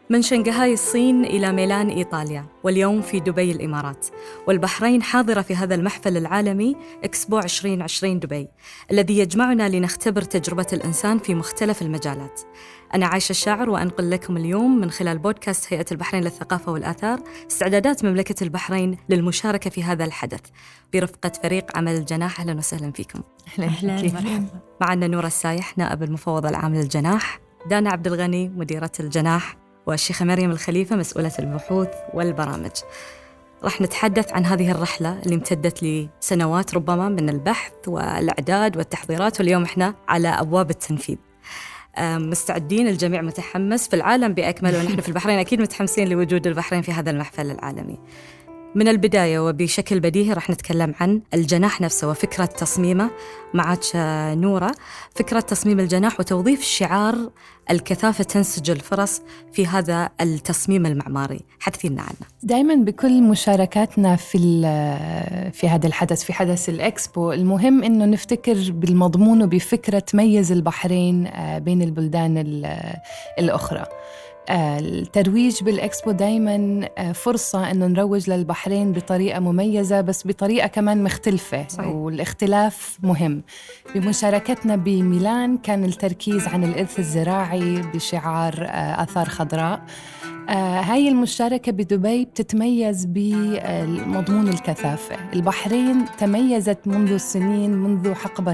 من شنغهاي الصين إلى ميلان إيطاليا، واليوم في دبي الإمارات، والبحرين حاضرة في هذا المحفل العالمي إكسبو 2020 دبي، الذي يجمعنا لنختبر تجربة الإنسان في مختلف المجالات. أنا عايشة الشاعر، وأنقل لكم اليوم من خلال بودكاست هيئة البحرين للثقافة والآثار استعدادات مملكة البحرين للمشاركة في هذا الحدث برفقة فريق عمل الجناح. أهلا وسهلا فيكم. أهلا. معنا نورة السايح نائب المفوض العام للجناح، دانا عبد الغني مديرة الجناح، والشيخة مريم الخليفة مسؤولة البحوث والبرامج. راح نتحدث عن هذه الرحلة اللي امتدت لسنوات ربما من البحث والإعداد والتحضيرات، واليوم احنا على أبواب التنفيذ. مستعدين، الجميع متحمس في العالم بأكمله، ونحن في البحرين أكيد متحمسين لوجود البحرين في هذا المحفل العالمي. من البداية وبشكل بديهي راح نتكلم عن الجناح نفسه وفكرة تصميمه. معك نورة، فكرة تصميم الجناح وتوظيف شعار الكثافة تنسج الفرص في هذا التصميم المعماري، حدثينا عنه. دائما بكل مشاركاتنا في هذا الحدث، في حدث الإكسبو، المهم إنه نفتكر بالمضمون وبفكرة تميز البحرين بين البلدان الأخرى. الترويج بالإكسبو دايماً فرصة أنه نروج للبحرين بطريقة مميزة، بس بطريقة كمان مختلفة. صحيح. والاختلاف مهم. بمشاركتنا بميلان كان التركيز عن الإرث الزراعي بشعار آثار خضراء. هاي المشاركة بدبي بتتميز بمضمون الكثافة. البحرين تميزت منذ السنين، منذ حقبة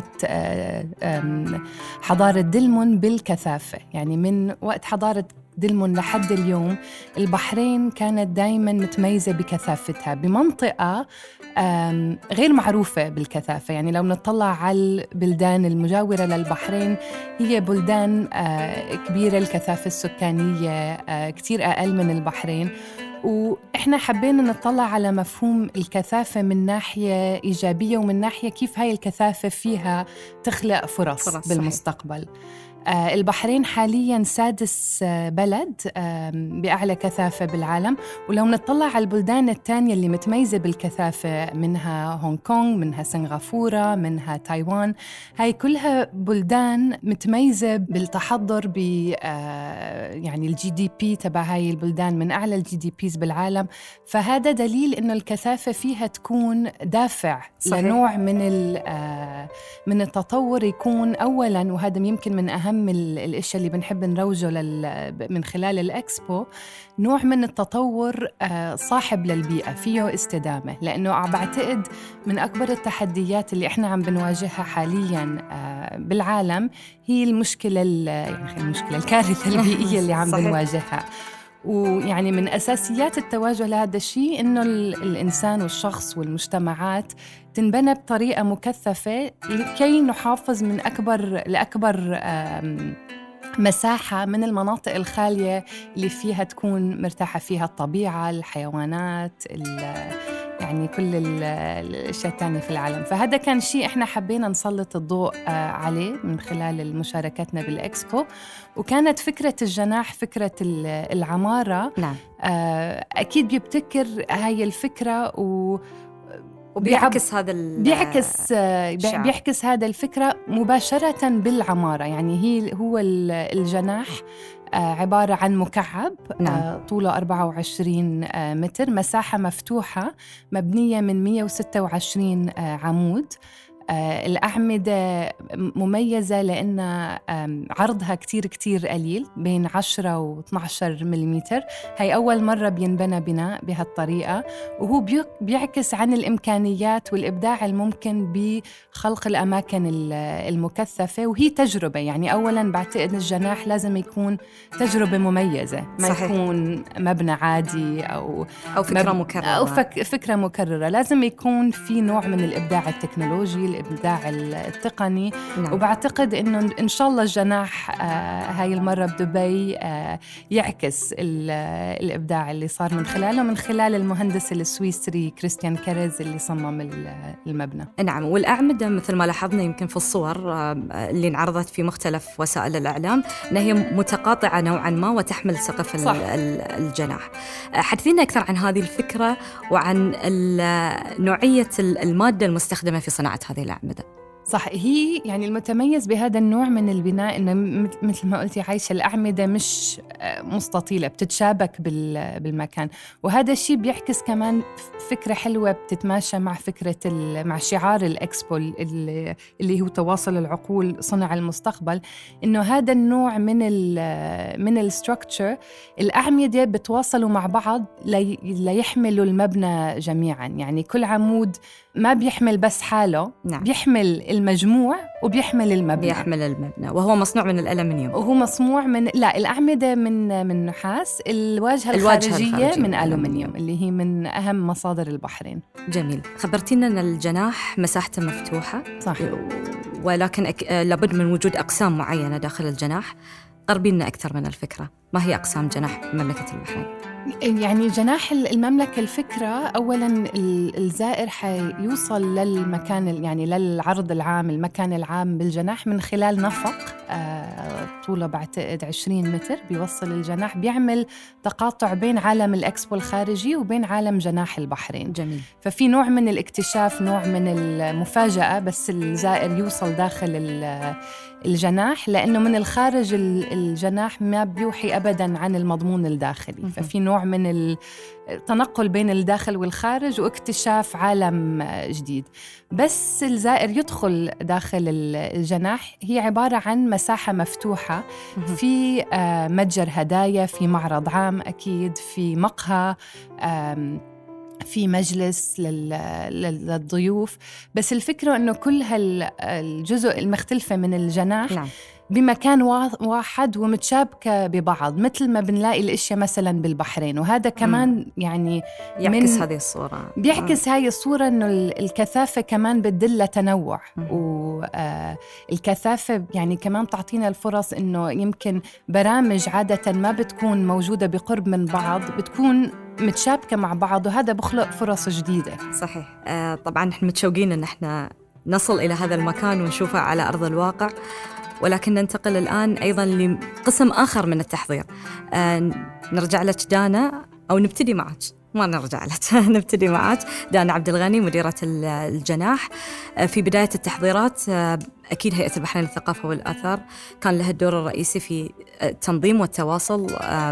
حضارة دلمون بالكثافة. يعني من وقت حضارة دلمون لحد اليوم البحرين كانت دايماً متميزة بكثافتها بمنطقة غير معروفة بالكثافة. يعني لو نطلع على البلدان المجاورة للبحرين، هي بلدان كبيرة، الكثافة السكانية كتير أقل من البحرين، وإحنا حبينا نطلع على مفهوم الكثافة من ناحية إيجابية، ومن ناحية كيف هاي الكثافة فيها تخلق فرص بالمستقبل. صحيح. البحرين حالياً سادس بلد بأعلى كثافة بالعالم، ولو نطلع على البلدان الثانية اللي متميزة بالكثافة، منها هونغ كونغ، منها سنغافورة، منها تايوان، هاي كلها بلدان متميزة بالتحضر يعني الجي دي بي تبع هاي البلدان من أعلى الجي دي بيز بالعالم. فهذا دليل إنه الكثافة فيها تكون دافع. صحيح. لنوع من التطور يكون أولاً، وهذا يمكن من أهم الاشياء اللي بنحب نروجه من خلال الإكسبو، نوع من التطور صاحب للبيئة، فيه استدامة. لأنه بعتقد من أكبر التحديات اللي إحنا عم بنواجهها حالياً بالعالم هي المشكلة الكارثة البيئية اللي عم بنواجهها. ويعني من أساسيات التواجه لهذا الشيء إنه الإنسان والشخص والمجتمعات تنبنى بطريقة مكثفة لكي نحافظ من أكبر لأكبر مساحة من المناطق الخالية اللي فيها تكون مرتاحة فيها الطبيعة، الحيوانات، يعني كل الأشياء التانية في العالم. فهذا كان شيء إحنا حبينا نسلط الضوء عليه من خلال مشاركتنا بالإكسبو. وكانت فكرة الجناح فكرة العمارة. نعم. أكيد بيبتكر هاي الفكرة وبيعكس هذا بيعكس هذا الفكرة مباشرة بالعمارة. يعني هو الجناح عبارة عن مكعب. نعم. طوله 24 متر، مساحة مفتوحة مبنية من 126 عمود. الأعمدة مميزة لأن عرضها كتير قليل، بين 10 و 12 مليمتر. هاي أول مرة بينبنى بناء بهالطريقة، وهو بيعكس عن الإمكانيات والإبداع الممكن بخلق الأماكن المكثفة. وهي تجربة، يعني أولاً بعتقد الجناح لازم يكون تجربة مميزة، ما صحيح. يكون مبنى عادي أو فكرة مكررة أو فكرة مكررة. لازم يكون في نوع من الإبداع التكنولوجي، الإبداع التقني. نعم. وبعتقد إنه إن شاء الله الجناح هاي المرة بدبي يعكس الإبداع اللي صار من خلال المهندس السويسري كريستيان كاريز اللي صمم المبنى. نعم. والأعمدة مثل ما لاحظنا يمكن في الصور اللي انعرضت في مختلف وسائل الإعلام أنها هي متقاطعة نوعا ما وتحمل سقف الجناح. حدثينا أكثر عن هذه الفكرة وعن نوعية المادة المستخدمة في صناعة هذه الأعمدة. صح. هي يعني المتميز بهذا النوع من البناء إنه مثل ما قلتي عايشة، الأعمدة مش مستطيلة، بتتشابك بالمكان، وهذا الشيء بيعكس كمان فكرة حلوة بتتماشى مع فكرة مع شعار الإكسبو اللي هو تواصل العقول صنع المستقبل. إنه هذا النوع من الستركتشر، الأعمدة بتواصلوا مع بعض ليحملوا المبنى جميعا. يعني كل عمود ما بيحمل بس حاله، نعم. بيحمل المجموع وبيحمل المبنى. وهو مصنوع من الألمنيوم. وهو مصنوع لا، الأعمدة من نحاس، الواجهة الخارجية من ألومنيوم، اللي هي من أهم مصادر البحرين. جميل. خبرتينا أن الجناح مساحته مفتوحة، صح، ولكن لابد من وجود أقسام معينة داخل الجناح. قربينا أكثر من الفكرة، ما هي أقسام جناح مملكة البحرين؟ يعني جناح المملكة، الفكرة أولاً الزائر حيوصل للمكان، يعني للعرض العام، المكان العام بالجناح من خلال نفق طوله بعتقد 20 متر بيوصل الجناح، بيعمل تقاطع بين عالم الإكسبو الخارجي وبين عالم جناح البحرين. جميل. ففي نوع من الاكتشاف، نوع من المفاجأة بس الزائر يوصل داخل الجناح، لأنه من الخارج الجناح ما بيوحي أبداً عن المضمون الداخلي. ففي نوع من التنقل بين الداخل والخارج واكتشاف عالم جديد. بس الزائر يدخل داخل الجناح، هي عبارة عن مساحة مفتوحة، في متجر هدايا، في معرض عام أكيد، في مقهى، في مجلس للضيوف. بس الفكرة أنه كل هالجزء المختلفة من الجناح نعم. بمكان واحد ومتشابكة ببعض، مثل ما بنلاقي الاشياء مثلا بالبحرين. وهذا كمان يعني يعكس هذه الصورة، بيعكس هاي الصورة أنه الكثافة كمان بتدل تنوع، والكثافة يعني كمان تعطينا الفرص أنه يمكن برامج عادة ما بتكون موجودة بقرب من بعض بتكون متشابكة مع بعض، وهذا بخلق فرص جديدة. صحيح. طبعاً نحن متشوقين أن احنا نصل إلى هذا المكان ونشوفه على أرض الواقع، ولكن ننتقل الآن أيضاً لقسم آخر من التحضير. نرجع لك دانا، أو نبتدي معك، ما نرجع لك نبتدي معك دانا عبد الغني، مديرة الجناح. في بداية التحضيرات أكيد هيئة البحرين للثقافة والآثار كان لها الدور الرئيسي في التنظيم والتواصل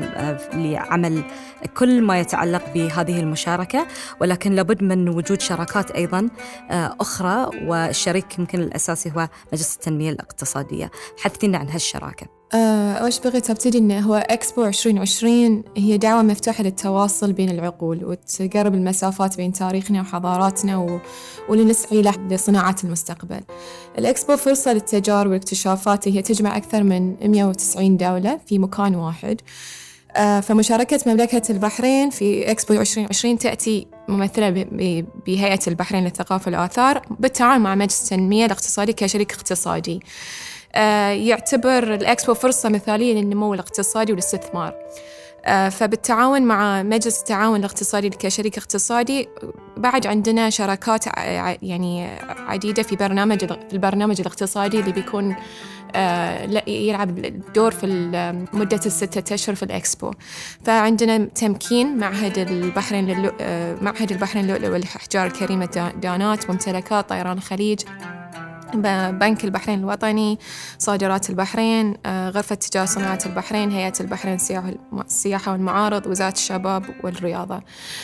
لعمل كل ما يتعلق بهذه المشاركة، ولكن لابد من وجود شراكات أيضاً أخرى، والشريك يمكن الأساسي هو مجلس التنمية الاقتصادية. حدثينا عن هالشراكة. أول شيء بغيت أبتدي إنه هو إكسبو 2020 هي دعوة مفتوحة للتواصل بين العقول وتقرب المسافات بين تاريخنا وحضاراتنا ولنسعي لصناعة المستقبل. الإكسبو فرصة للتجارب والاكتشافات، هي تجمع أكثر من 190 دولة في مكان واحد. فمشاركة مملكة البحرين في إكسبو 2020 تأتي ممثلة بهيئة البحرين للثقافة والآثار بالتعاون مع مجلس التنمية الاقتصادي كشريك اقتصادي. يعتبر الإكسبو فرصة مثالية للنمو الاقتصادي والاستثمار. فبالتعاون مع مجلس التعاون الاقتصادي كشريك اقتصادي بعد عندنا شراكات يعني عديدة في البرنامج الاقتصادي اللي بيكون يلعب الدور في مدة 6 أشهر في الإكسبو. فعندنا تمكين معهد البحرين للؤلؤ والأحجار الكريمة دانات، ممتلكات طيران الخليج، بنك البحرين الوطني، صادرات البحرين، غرفة تجارة صناعة البحرين، هيئة البحرين السياحة والمعارض، وزارة الشباب والرياضة.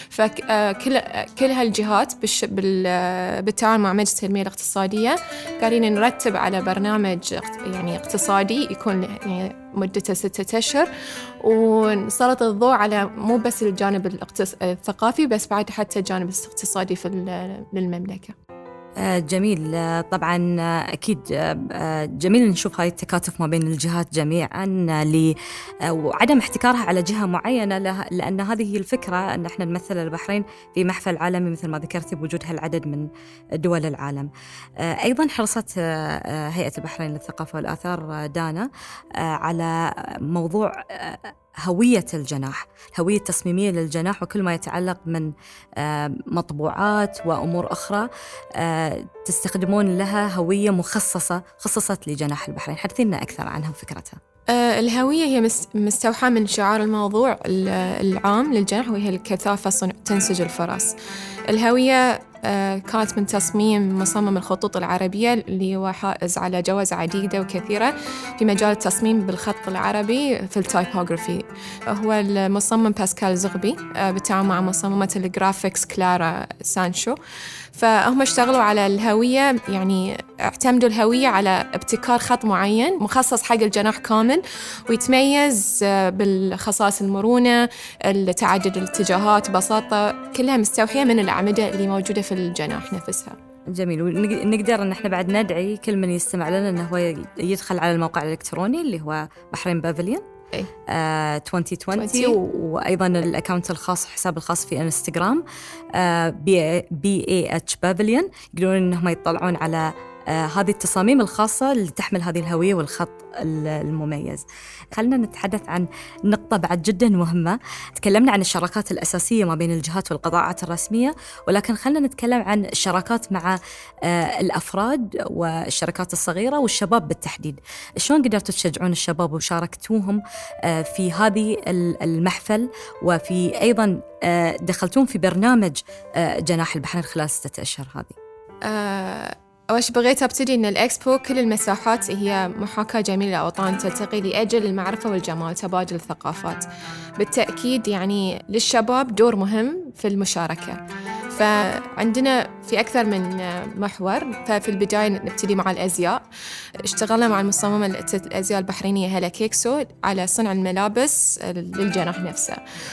فكل هالجهات بالتعاون مع مجلس التنمية الاقتصادية قاعدين نرتب على برنامج يعني اقتصادي يكون يعني مدته 6 أشهر، ونسلط الضوء على مو بس الجانب الثقافي بس بعد حتى الجانب الاقتصادي للمملكة. جميل. طبعا أكيد جميل نشوف هاي التكاتف ما بين الجهات جميعا وعدم احتكارها على جهة معينة، لأن هذه هي الفكرة، أن احنا نمثل البحرين في محفل عالمي مثل ما ذكرتي بوجود هالعدد من دول العالم. أيضا حرصت هيئة البحرين للثقافة والآثار دانا على موضوع هوية الجناح، الهوية التصميمية للجناح، وكل ما يتعلق من مطبوعات وأمور أخرى تستخدمون لها هوية خصصت لجناح البحرين. حدثينا أكثر عنها وفكرتها. الهوية هي مستوحاة من شعار الموضوع العام للجناح، وهي الكثافة تنسج الفرص. الهوية كانت من تصميم مصمم الخطوط العربية اللي هو حائز على جوائز عديدة وكثيرة في مجال التصميم بالخط العربي في التايبوغرافي. هو المصمم باسكال زغبي بالتعاون مع مصممة الجرافيكس كلارا سانشو. فهم اشتغلوا على الهوية، يعني اعتمدوا الهوية على ابتكار خط معين مخصص حق الجناح كامل، ويتميز بالخصائص المرونة، التعدد الاتجاهات، بساطة، كلها مستوحية من الأعمدة اللي موجودة في الجناح نفسها. جميل. ونقدر أن احنا بعد ندعي كل من يستمع لنا أنه هو يدخل على الموقع الإلكتروني اللي هو بحرين بافليون 2020 وأيضا الأكاونت الخاص، حساب الخاص في انستغرام BAH Pavilion، يقدرون أنهم يطلعون على هذه التصاميم الخاصة اللي تحمل هذه الهوية والخط المميز. خلنا نتحدث عن نقطة بعد جدا مهمة. تكلمنا عن الشراكات الأساسية ما بين الجهات والقطاعات الرسمية، ولكن خلنا نتكلم عن الشراكات مع الأفراد والشركات الصغيرة والشباب بالتحديد. شلون قدرتوا تشجعون الشباب وشاركتوهم في هذه المحفل، وفي أيضا دخلتون في برنامج جناح البحرين خلال 6 أشهر هذه؟ أول شيء بغيت أبتدي إن الإكسبو كل المساحات هي محاكاة جميلة لأوطان تلتقي لأجل المعرفة والجمال، تبادل الثقافات. بالتأكيد يعني للشباب دور مهم في المشاركة، فعندنا في أكثر من محور. ففي البداية نبتدي مع الأزياء. اشتغلنا مع المصممة الأزياء البحرينية هلا كيكسو على صنع الملابس للجناح نفسه،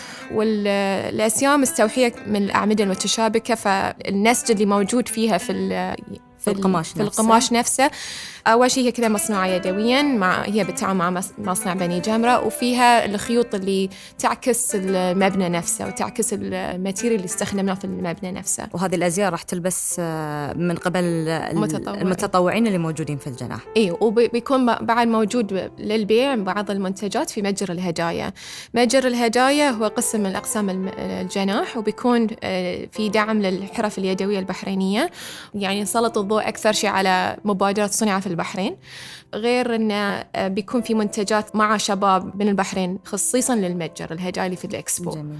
والأسياء مستوحية من الأعمدة المتشابكة، فالنسج اللي موجود فيها في القماش نفسه. أول شيء هي كذا مصنوعة يدوياً، هي بالتعاون مع مصنع بني جمرة، وفيها الخيوط اللي تعكس المبنى نفسه وتعكس الماتيريال اللي استخدمناه في المبنى نفسه. وهذه الأزياء راح تلبس من قبل المتطوعين اللي موجودين في الجناح. إيه، وبيكون بعد موجود للبيع بعض المنتجات في متجر الهدايا. متجر الهدايا هو قسم من أقسام الجناح، وبيكون في دعم للحرف اليدوية البحرينية، يعني نسلط الضوء أكثر شيء على مبادرات صنع في البحرين، غير أنه بيكون في منتجات مع شباب من البحرين خصيصاً للمتجر الهدايا اللي في الإكسبو. جميل.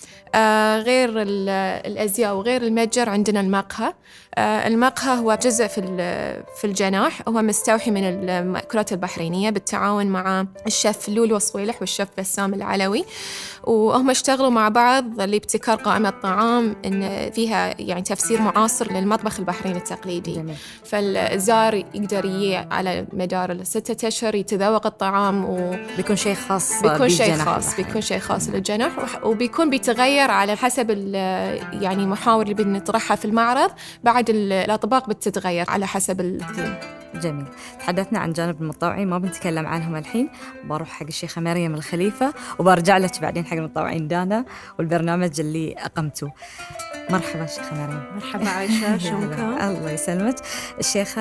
غير الأزياء وغير المتجر عندنا المقهى. المقهى هو جزء في الجناح، هو مستوحي من المأكولات البحرينية بالتعاون مع الشيف لولو صويلح والشيف بسام العلوي، وهم اشتغلوا مع بعض لابتكار قائمة طعام إن فيها يعني تفسير معاصر للمطبخ البحريني التقليدي. جميل. فالزار يقدر على مدار 6 أشهر يتذوق الطعام، بيكون شيء خاص، بيكون شيء خاص للجناح، وبيكون بيتغير على حسب يعني محاور اللي بنطرحها في المعرض. بعد الأطباق بتتغير على حسب الثيم. جميل. تحدثنا عن جانب المتطوعين، ما بنتكلم عنهم الحين، بروح حق الشيخة مريم الخليفة وبرجع لك بعدين حق المتطوعين دانا والبرنامج اللي أقمته. مرحبا شيخة مريم. مرحبا عائشة، شلونكم؟ الله يسلمك. الشيخة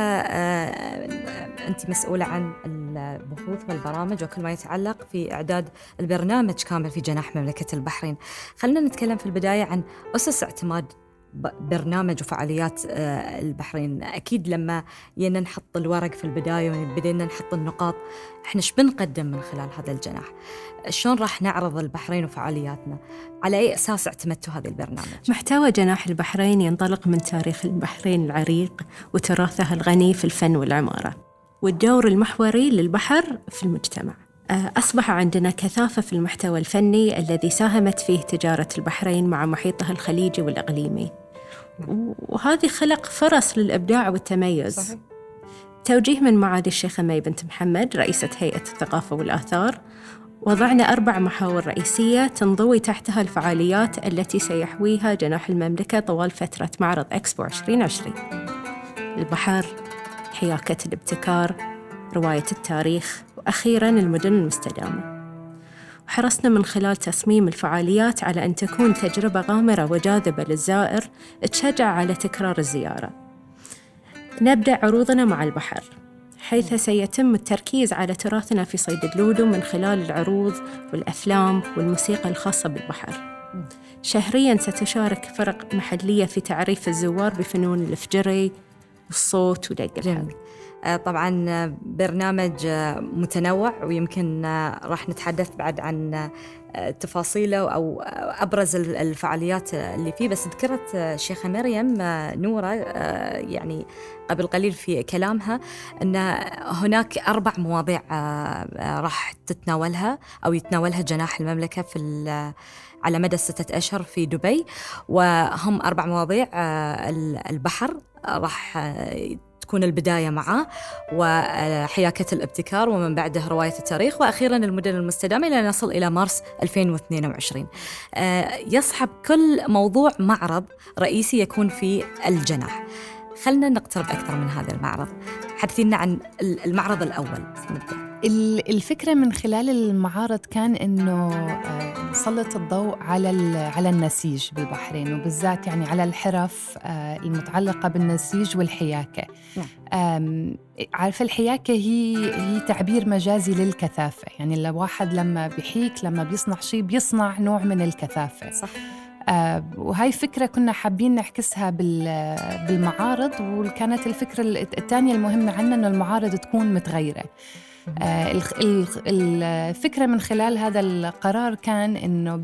أنت مسؤولة عن البحوث والبرامج وكل ما يتعلق في إعداد البرنامج كامل في جناح مملكة البحرين. خلينا نتكلم في البداية عن أسس اعتماد برنامج وفعاليات البحرين. أكيد لما ينا نحط الورق في البداية وبدينا نحط النقاط، إحنا إيش بنقدم من خلال هذا الجناح؟ شلون راح نعرض البحرين وفعالياتنا؟ على أي أساس اعتمدتوا هذا البرنامج؟ محتوى جناح البحرين ينطلق من تاريخ البحرين العريق وتراثها الغني في الفن والعمارة والدور المحوري للبحر في المجتمع. أصبح عندنا كثافة في المحتوى الفني الذي ساهمت فيه تجارة البحرين مع محيطها الخليجي والإقليمي، وهذه خلق فرص للإبداع والتميز. صحيح. توجيه من معالي الشيخة مي بنت محمد رئيسة هيئة الثقافة والآثار، وضعنا 4 محاور رئيسية تنضوي تحتها الفعاليات التي سيحويها جناح المملكة طوال فترة معرض إكسبو 2020: البحر، حياكة الابتكار، رواية التاريخ، وأخيراً المدن المستدامة. وحرصنا من خلال تصميم الفعاليات على أن تكون تجربة غامرة وجاذبة للزائر تشجع على تكرار الزيارة. نبدأ عروضنا مع البحر، حيث سيتم التركيز على تراثنا في صيد اللولو من خلال العروض والأفلام والموسيقى الخاصة بالبحر. شهرياً ستشارك فرق محلية في تعريف الزوار بفنون الفجري والصوت ودق الحظ. طبعا برنامج متنوع، ويمكن راح نتحدث بعد عن تفاصيله أو أبرز الفعاليات اللي فيه. بس ذكرت شيخة مريم نورة يعني قبل قليل في كلامها أن هناك 4 مواضيع راح تتناولها أو يتناولها جناح المملكة على مدى 6 أشهر في دبي، وهم 4 مواضيع. البحر راح تكون البداية معه، وحياكة الابتكار، ومن بعده رواية التاريخ، وأخيراً المدن المستدامة، إلى نصل إلى مارس 2022. يصحب كل موضوع معرض رئيسي يكون في الجناح. خلنا نقترب أكثر من هذا المعرض. حدثينا عن المعرض الأول. نبدأ. الفكرة من خلال المعارض كان إنه نسلط الضوء على النسيج بالبحرين، وبالذات يعني على الحرف المتعلقة بالنسيج والحياكة. عارفة الحياكة هي تعبير مجازي للكثافة، يعني الواحد لما بيحيك، لما بيصنع شيء، بيصنع نوع من الكثافة. صح. وهي فكرة كنا حابين نعكسها بالمعارض. وكانت الفكرة الثانية المهمة عنا إنه المعارض تكون متغيرة. الفكرة من خلال هذا القرار كان إنه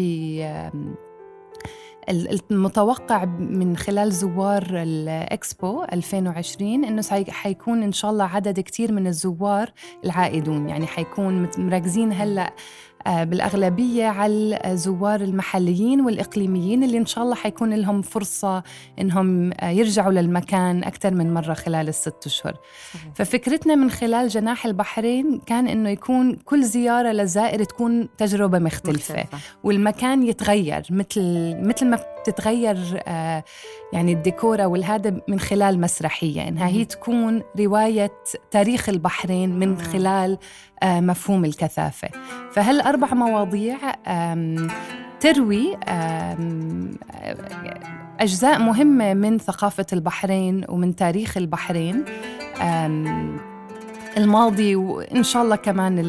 المتوقع من خلال زوار الإكسبو 2020 إنه حيكون إن شاء الله عدد كتير من الزوار العائدون، يعني حيكون مركزين هلأ بالأغلبية على الزوار المحليين والإقليميين اللي إن شاء الله حيكون لهم فرصة إنهم يرجعوا للمكان أكثر من مرة خلال 6 أشهر. ففكرتنا من خلال جناح البحرين كان إنه يكون كل زيارة للزائر تكون تجربة مختلفة. والمكان يتغير مثل ما بتتغير يعني الديكورة والهذا من خلال مسرحية، إنها هي تكون رواية تاريخ البحرين من خلال مفهوم الكثافة. فهال4 مواضيع تروي أجزاء مهمة من ثقافة البحرين ومن تاريخ البحرين الماضي، وإن شاء الله كمان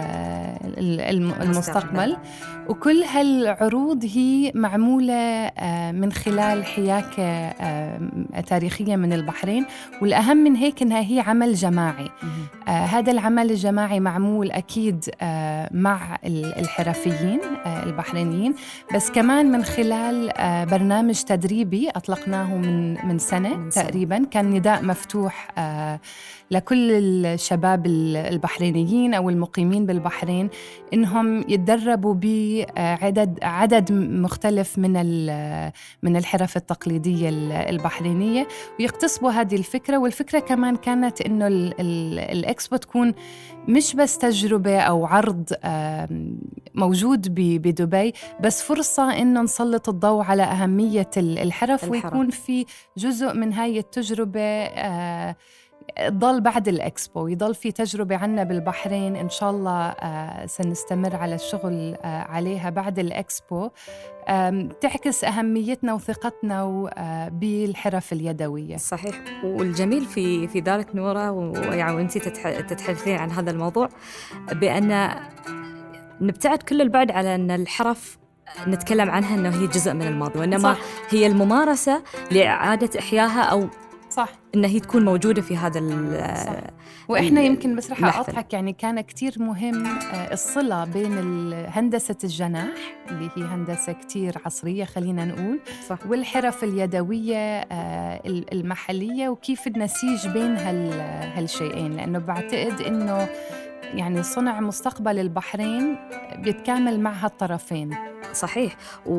المستقبل. وكل هالعروض هي معمولة من خلال حياكة تاريخية من البحرين، والأهم من هيك إنها هي عمل جماعي. هذا العمل الجماعي معمول أكيد مع الحرفيين البحرينيين، بس كمان من خلال برنامج تدريبي أطلقناه من سنة تقريباً. كان نداء مفتوح لكل الشباب البحرينيين أو المقيمين بالبحرين إنهم يتدربوا بعدد مختلف من الحرف التقليدية البحرينية ويقتصبوا هذه الفكرة. والفكرة كمان كانت إنه الإكسبو تكون مش بس تجربة أو عرض موجود بدبي، بس فرصة إنه نسلط الضوء على أهمية الحرف. ويكون في جزء من هاي التجربة ضل بعد الإكسبو، يضل في تجربة عنا بالبحرين إن شاء الله سنستمر على الشغل عليها بعد الإكسبو، تعكس أهميتنا وثقتنا بالحرف اليدوية. صحيح. والجميل في ذلك نورة، وأنت تتحدثين عن هذا الموضوع، بأن نبتعد كل البعد على أن الحرف نتكلم عنها أنه هي جزء من الماضي، وإنما صح. هي الممارسة لإعادة إحياها، أو صح إن هي تكون موجودة في هذا وإحنا يمكن بس رح أقطعك، يعني كان كتير مهم الصلة بين هندسة الجناح اللي هي هندسة كتير عصرية خلينا نقول، صح. والحرف اليدوية المحلية، وكيف النسيج بين هالشيئين، لأنه بعتقد إنه يعني صنع مستقبل البحرين بيتكامل مع هالطرفين. صحيح.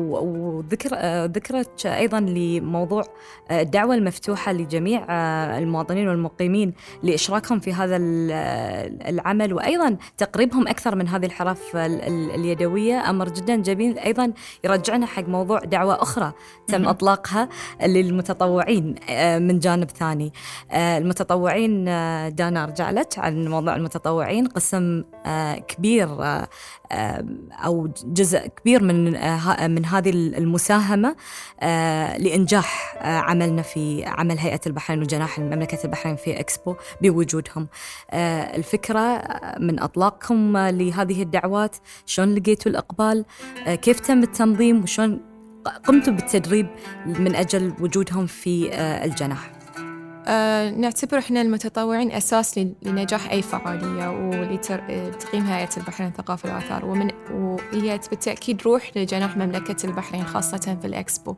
وذكرت أيضاً لموضوع الدعوة المفتوحة لجميع المواطنين والمقيمين لإشراكهم في هذا العمل، وأيضاً تقريبهم أكثر من هذه الحرف اليدوية. أمر جداً جميل. أيضاً يرجعنا حق موضوع دعوة أخرى تم إطلاقها للمتطوعين من جانب ثاني. المتطوعين، دانا أرجع لك عن موضوع المتطوعين. قسم كبير أو جزء كبير من هذه المساهمة لإنجاح عملنا في عمل هيئة البحرين وجناح مملكة البحرين في إكسبو بوجودهم. الفكرة من أطلاقكم لهذه الدعوات، شلون لقيتوا الإقبال؟ كيف تم التنظيم؟ وشلون قمتوا بالتدريب من أجل وجودهم في الجناح؟ نعتبر إحنا المتطوعين أساس لنجاح أي فعالية ولتقييم هيئة البحرين الثقافة والآثار، وهي بالتأكيد روح لجناح مملكة البحرين خاصة في الإكسبو.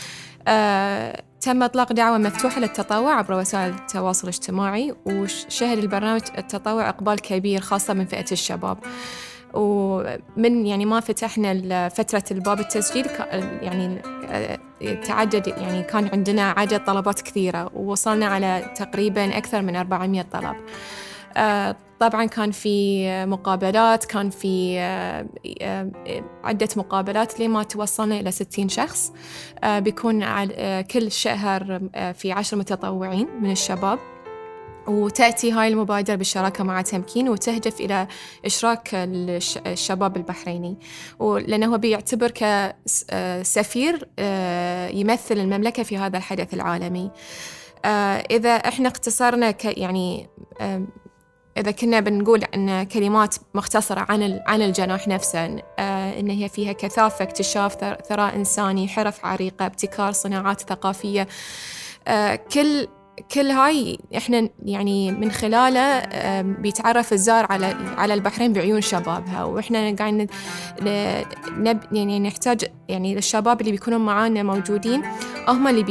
تم إطلاق دعوة مفتوحة للتطوع عبر وسائل التواصل الاجتماعي، وشهد البرنامج التطوع إقبال كبير خاصة من فئة الشباب. ومن يعني ما فتحنا فترة الباب التسجيل يعني تعدد، يعني كان عندنا عدد طلبات كثيرة، ووصلنا على تقريباً أكثر من 400 طلب. طبعاً كان في مقابلات، كان في عدة مقابلات لما توصلنا إلى 60 شخص. بيكون كل شهر في 10 متطوعين من الشباب، وتأتي هاي المبادرة بالشراكة مع تمكين، وتهدف إلى إشراك الشباب البحريني، لأنه بيعتبر كسفير يمثل المملكة في هذا الحدث العالمي. إذا إحنا اختصرنا يعني إذا كنا بنقول أن كلمات مختصرة عن الجناح نفسه، إن هي فيها كثافة، اكتشاف، ثراء إنساني، حرف عريقة، ابتكار، صناعات ثقافية، كل هاي إحنا يعني من خلاله بيتعرف الزائر على البحرين بعيون شبابها. وإحنا قاعدين يعني نحتاج يعني للشباب اللي بيكونوا معانا موجودين، هم اللي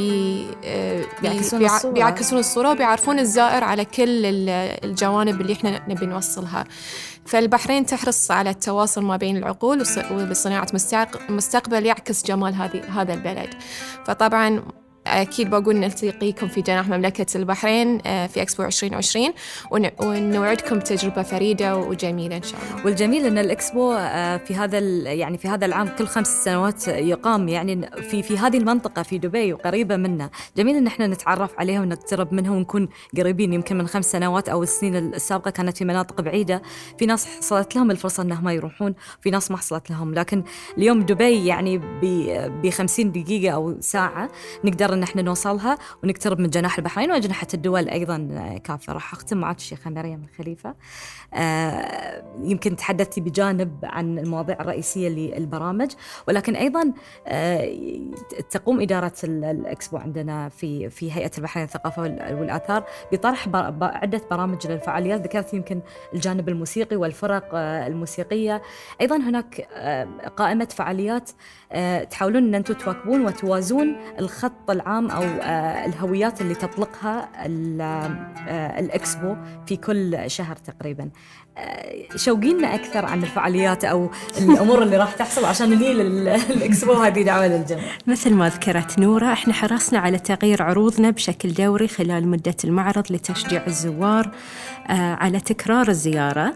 بيعكسون الصورة وبيعرفون الزائر على كل الجوانب اللي إحنا نبي نوصلها. فالبحرين تحرص على التواصل ما بين العقول وبصناعة مستقبل يعكس جمال هذا البلد. فطبعاً أكيد بقول نلتقيكم في جناح مملكة البحرين في إكسبو 2020، ونوعدكم تجربة فريدة وجميلة إن شاء الله. والجميل أن الإكسبو في هذا العام كل 5 سنوات يقام، يعني في هذه المنطقة في دبي وقريبة منا. جميل أن احنا نتعرف عليها ونقترب منها ونكون قريبين. يمكن من 5 سنوات أو السنين السابقة كانت في مناطق بعيدة، في ناس حصلت لهم الفرصة أنهم يروحون، في ناس ما حصلت لهم. لكن اليوم دبي يعني ب50 دقيقة أو ساعة نقدر إن إحنا نوصلها ونقترب من جناح البحرين وأجنحة الدول أيضاً كافة. راح أختم معك الشيخة مريم الخليفة. يمكن تحدثتي بجانب عن المواضيع الرئيسية للبرامج، ولكن أيضاً تقوم إدارة الإكسبو عندنا في هيئة البحرين الثقافة والآثار بطرح عدة برامج للفعاليات. ذكرت يمكن الجانب الموسيقي والفرق الموسيقية. أيضاً هناك قائمة فعاليات تحاولون أن أنتم تواكبون وتوازون الخط العام أو الهويات اللي تطلقها الإكسبو في كل شهر تقريباً. شوقينا أكثر عن الفعاليات أو الأمور اللي راح تحصل عشان ننيل الإكسبو. هذه دعوة للجميع. مثل ما ذكرت نورة، إحنا حرصنا على تغيير عروضنا بشكل دوري خلال مدة المعرض لتشجيع الزوار على تكرار الزيارة،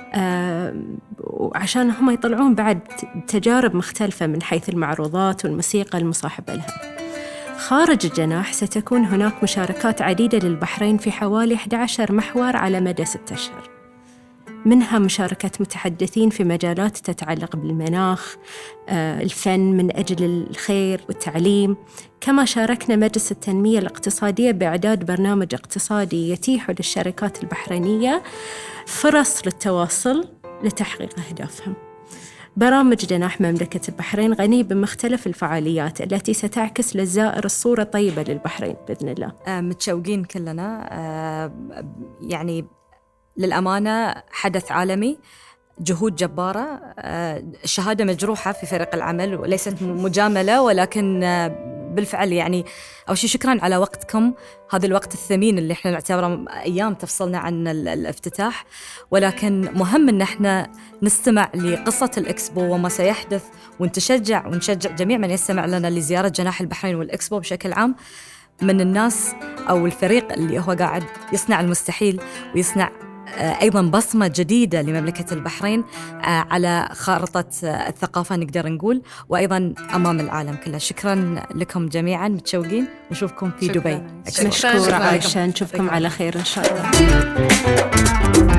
وعشان هم يطلعون بعد تجارب مختلفة من حيث المعروضات والموسيقى المصاحبة لها. خارج الجناح ستكون هناك مشاركات عديدة للبحرين في حوالي 11 محور على مدى 6 أشهر، منها مشاركة متحدثين في مجالات تتعلق بالمناخ، الفن من أجل الخير والتعليم. كما شاركنا مجلس التنمية الاقتصادية بإعداد برنامج اقتصادي يتيح للشركات البحرينية فرص للتواصل لتحقيق أهدافهم. برامج جناح مملكة البحرين غني بمختلف الفعاليات التي ستعكس للزائر الصورة طيبة للبحرين بإذن الله. متشوقين كلنا. يعني للأمانة حدث عالمي، جهود جبارة، شهادة مجروحة في فريق العمل وليست مجاملة، ولكن بالفعل يعني أول شيء شكراً على وقتكم، هذا الوقت الثمين اللي احنا نعتبره أيام تفصلنا عن الافتتاح. ولكن مهم أن احنا نستمع لقصة الإكسبو وما سيحدث، ونشجع جميع من يستمع لنا لزيارة جناح البحرين والإكسبو بشكل عام من الناس أو الفريق اللي هو قاعد يصنع المستحيل ويصنع أيضاً بصمة جديدة لمملكة البحرين على خارطة الثقافة نقدر نقول، وأيضاً أمام العالم كله. شكراً لكم جميعاً، متشوقين نشوفكم في دبي. مشكورة عايشة، نشوفكم على خير إن شاء الله.